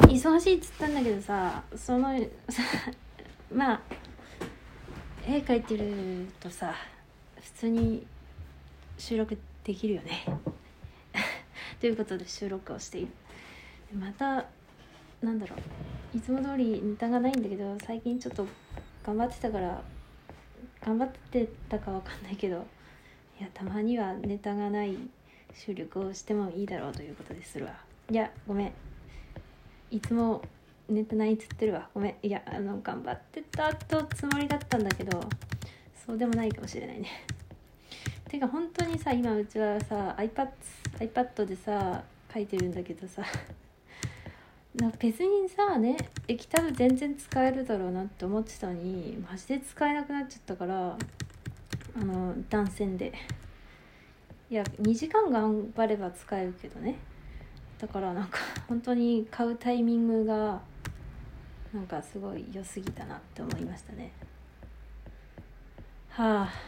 忙しいっつったんだけどさ、まあ絵描いてるとさ普通に収録できるよねということで収録をしている。またなんだろう、いつも通りネタがないんだけど、最近ちょっと頑張ってたかわかんないけど、いやたまにはネタがない収録をしてもいいだろうということでするわ。いやごめん、いつもネタないっつってるわ、ごめん。いや頑張ってたとつもりだったんだけど、そうでもないかもしれないね。てか本当にさ、今うちはさ iPad でさ書いてるんだけどさ、なんか別にさね、液タブ全然使えるだろうなって思ってたのに、マジで使えなくなっちゃったから、断線で、いや2時間頑張れば使えるけどね。だからなんか本当に買うタイミングがなんかすごい良すぎたなって思いましたね。はあ、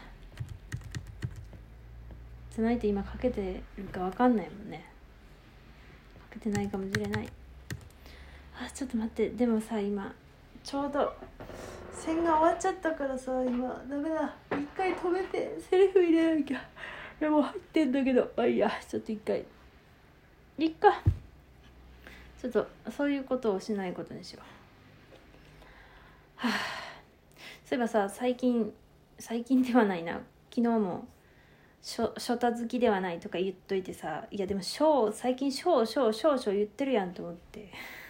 つないと今かけてるか分かんないもんね。かけてないかもしれない。ちょっと待って、でもさ今ちょうど線が終わっちゃったからさ、今ダメだ、一回止めてセリフ入れなきゃ。でも入ってんだけど、いいや、ちょっと一回いっか、ちょっとそういうことをしないことにしよう。そういえばさ、最近ではないな、昨日もショタ好きではないとか言っといてさ、いやでも最近少々言ってるやんと思って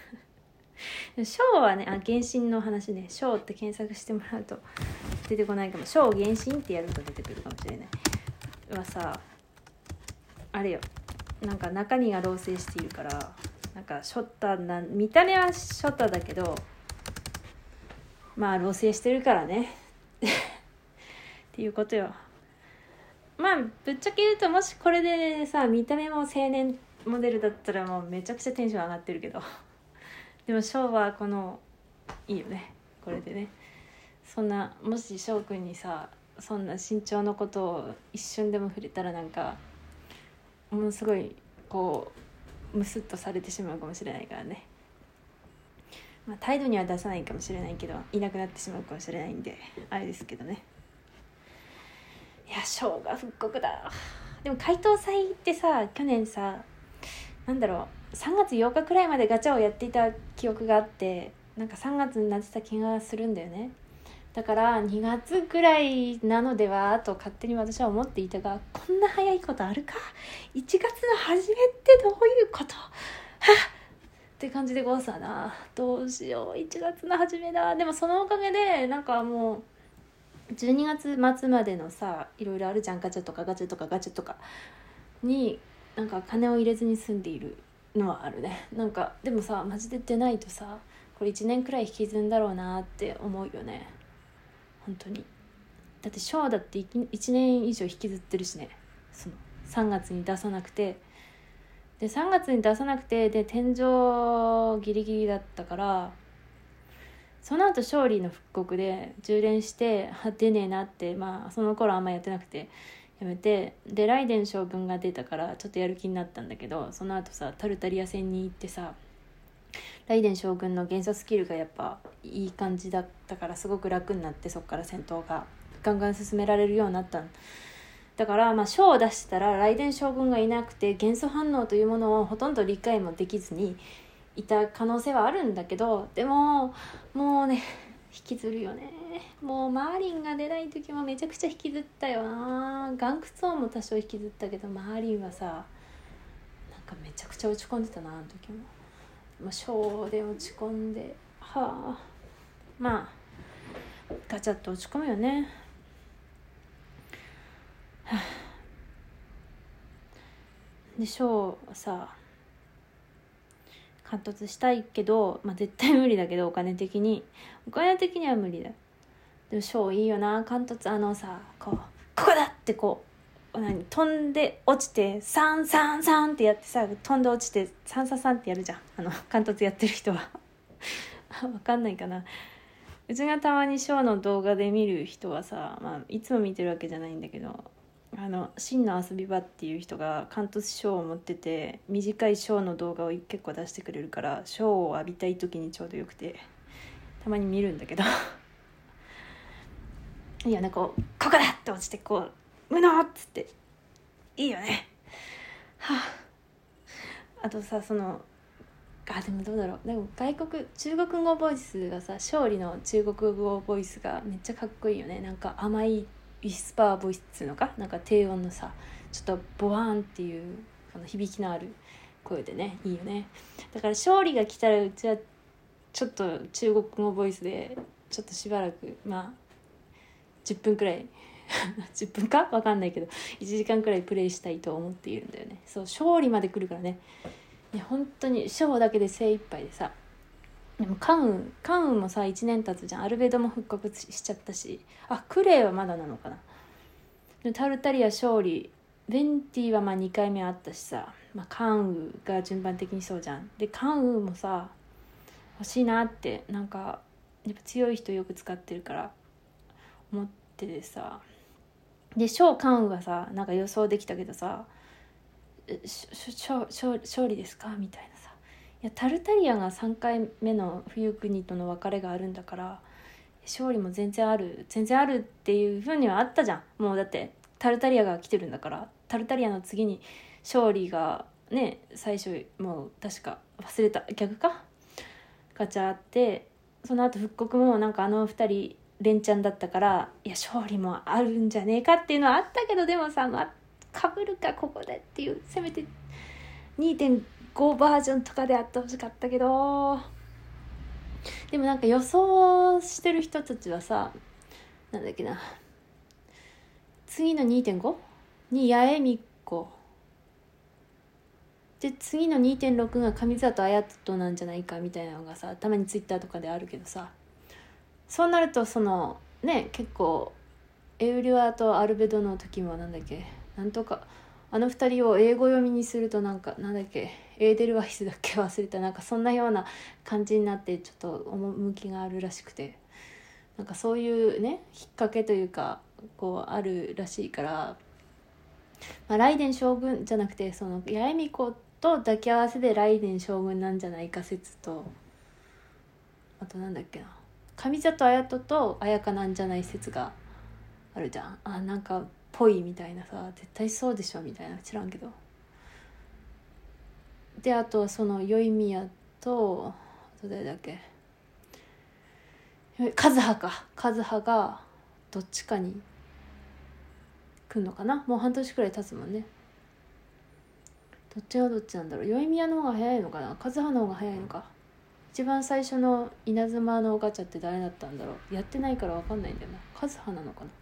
はね、原神の話ね、ショーって検索してもらうと出てこないかも。ショー原神ってやると出てくるかもしれない。はさ、あれよ、なんか中身が老成しているから、なんか見た目はショタだけど、まあ老成してるからねっていうことよ。まあぶっちゃけ言うと、もしこれでさ見た目も青年モデルだったらもうめちゃくちゃテンション上がってるけどでも翔はいいよね、これでね。そんな、もし翔くんにさそんな身長のことを一瞬でも触れたら、なんかものすごいムスッとされてしまうかもしれないからね。まあ態度には出さないかもしれないけど、いなくなってしまうかもしれないんであれですけどね。いや翔が復刻だ。でも解答祭ってさ、去年さ、なんだろう、3月8日くらいまでガチャをやっていた記憶があって、なんか3月になってた気がするんだよね。だから2月くらいなのではと勝手に私は思っていたが、こんな早いことあるか。1月の初めってどういうこと、はっって感じでござな。どうしよう、1月の初めだ。でもそのおかげでなんかもう12月末までのさ、いろいろあるじゃん、ガチャとかになんか金を入れずに済んでいるのはあるね。なんかでもさ、マジで出ないとさ、これ1年くらい引きずんだろうなって思うよね、本当に。だってショーだって1年以上引きずってるしね。その3月に出さなくて、で3月に出さなくて、で天井ギリギリだったから、その後勝利の復刻で10連して出ねえなって、まあその頃あんまやってなくてやめて、でライデン将軍が出たからちょっとやる気になったんだけど、その後さタルタリア戦に行ってさ、ライデン将軍の元素スキルがやっぱいい感じだったから、すごく楽になって、そっから戦闘がガンガン進められるようになった。だからまあ将を出したらライデン将軍がいなくて、元素反応というものをほとんど理解もできずにいた可能性はあるんだけど、でももうね引きずるよね。もうマーリンが出ない時もめちゃくちゃ引きずったよな。ガンクツオンも多少引きずったけど、マーリンはさなんかめちゃくちゃ落ち込んでたな、あの時も。ショーで落ち込んで、まあガチャッと落ち込むよね。でショーさ貫突したいけど、絶対無理だけど、お金的には無理だ。でもショーいいよな、貫突。ここだって飛んで落ちてサンサンサンってやってさ、飛んで落ちてサンサンサンってやるじゃん、貫突やってる人はわかんないかな。うちがたまにショーの動画で見る人はさ、いつも見てるわけじゃないんだけど、 真の遊び場っていう人がカントス賞を持ってて、短い賞の動画を結構出してくれるから、賞を浴びたい時にちょうどよくてたまに見るんだけどいや、なんかここだって落ちてこう無能っつっていいよね。はあ、あとさ、でもどうだろう、でも中国語ボイスがさ、勝利の中国語ボイスがめっちゃかっこいいよね。なんか甘いウィスパーボイスっていうのか、なんか低音のさ、ちょっとボワーンっていう響きのある声でね、いいよね。だから勝利が来たら、うちはちょっと中国語ボイスでちょっとしばらく、10分くらい10分か分かんないけど1時間くらいプレイしたいと思っているんだよね。そう、勝利まで来るからね。いや本当に勝だけで精一杯でさ。でもカウンもさ1年経つじゃん。アルベドも復刻しちゃったし、クレイはまだなのかな。でタルタリア勝利、ベンティは2回目あったしさ、カウが順番的にそうじゃん。でカウもさ欲しいなって、なんかやっぱ強い人よく使ってるから思っててさ。でカウはさ、なんか予想できたけどさ、勝利ですかみたいなさ。いやタルタリアが3回目の冬国との別れがあるんだから、勝利も全然あるっていう風にはあったじゃん。もうだってタルタリアが来てるんだから。タルタリアの次に勝利がね、最初もう確か忘れた、逆かガチャあって、その後復刻もなんか2人連チャンだったから、いや勝利もあるんじゃねえかっていうのはあったけど、でもさ、かぶるかここでっていう、せめて 2.5 バージョンとかであってほしかったけど、でもなんか予想してる人たちはさ、なんだっけな、次の 2.5 に八重美子で、次の 2.6 が上里彩人なんじゃないかみたいなのがさ、たまにツイッターとかであるけどさ、そうなるとそのね、結構エウリュアとアルベドの時もなんだっけ、なんとか2人を英語読みにするとなんだっけ、エーデルワイスだっけ忘れた、なんかそんなような感じになって、ちょっと趣があるらしくて、なんかそういうね引っ掛けというかこうあるらしいから、ライデン将軍じゃなくて、その八重美子と抱き合わせでライデン将軍なんじゃないか説と、あとなんだっけな、上里彩人と綾香なんじゃない説があるじゃん。なんかぽいみたいなさ、絶対そうでしょみたいな、知らんけど。であとはその宵宮と、あと誰だっけ、和葉がどっちかに来るのかな。もう半年くらい経つもんね。どっちがどっちなんだろう。宵宮の方が早いのかな、和葉の方が早いのか。一番最初の稲妻のガチャって誰だったんだろう。やってないから分かんないんだよな。和葉なのかな。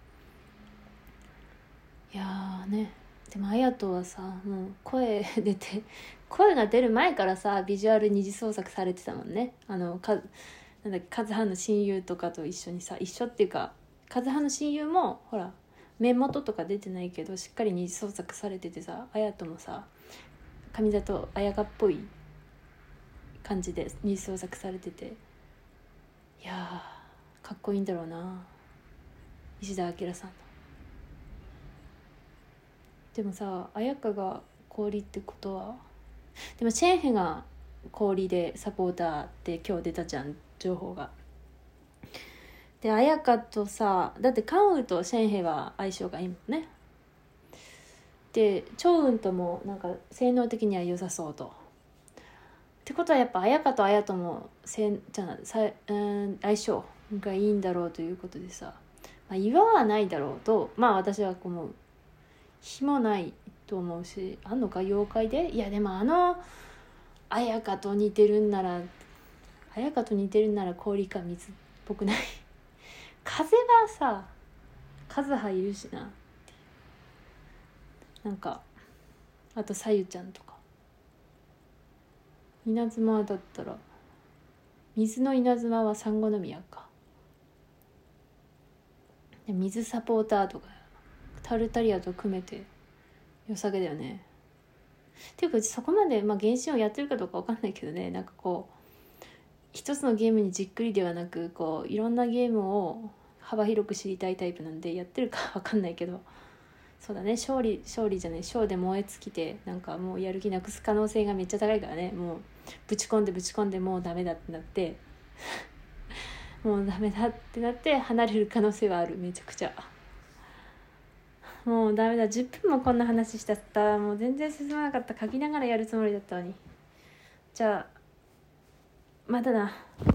いやね、でも綾人はさ、もう声が出る前からさ、ビジュアル二次創作されてたもんね。なんだっけ、和葉の親友とかと一緒にさ、一緒っていうか、和葉の親友もほら目元とか出てないけどしっかり二次創作されててさ、綾人もさ上里彩香っぽい感じで二次創作されてて、いやーかっこいいんだろうな、石田明さんの。でもさ、綾香が氷ってことは、でもチェンヘが氷でサポーターって今日出たじゃん、情報が。で綾香とさ、だってカンウとシェンヘは相性がいいもんね。でチョウウンともなんか性能的には良さそうと。ってことはやっぱ綾香と綾人も相性がいいんだろうということでさ、岩はないだろうと私は思う。火もないと思うし、あんのか妖怪で。いやでも綾香と似てるんなら氷か水っぽくない風はさ、和葉いるしな。なんかあとさゆちゃんとか。稲妻だったら水の稲妻は産後宮か。水サポーターとかタルタリアと組めて良さげだよね。っていうかそこまで原神をやってるかどうか分かんないけどね、なんかこう一つのゲームにじっくりではなく、いろんなゲームを幅広く知りたいタイプなんで、やってるか分かんないけどそうだね、勝利じゃない、勝で燃え尽きてなんかもうやる気なくす可能性がめっちゃ高いからね。もうぶち込んでもうダメだってなってもうダメだってなって離れる可能性はある。めちゃくちゃもうダメだ、10分もこんな話したった。もう全然進まなかった。書きながらやるつもりだったのに。じゃあまたな。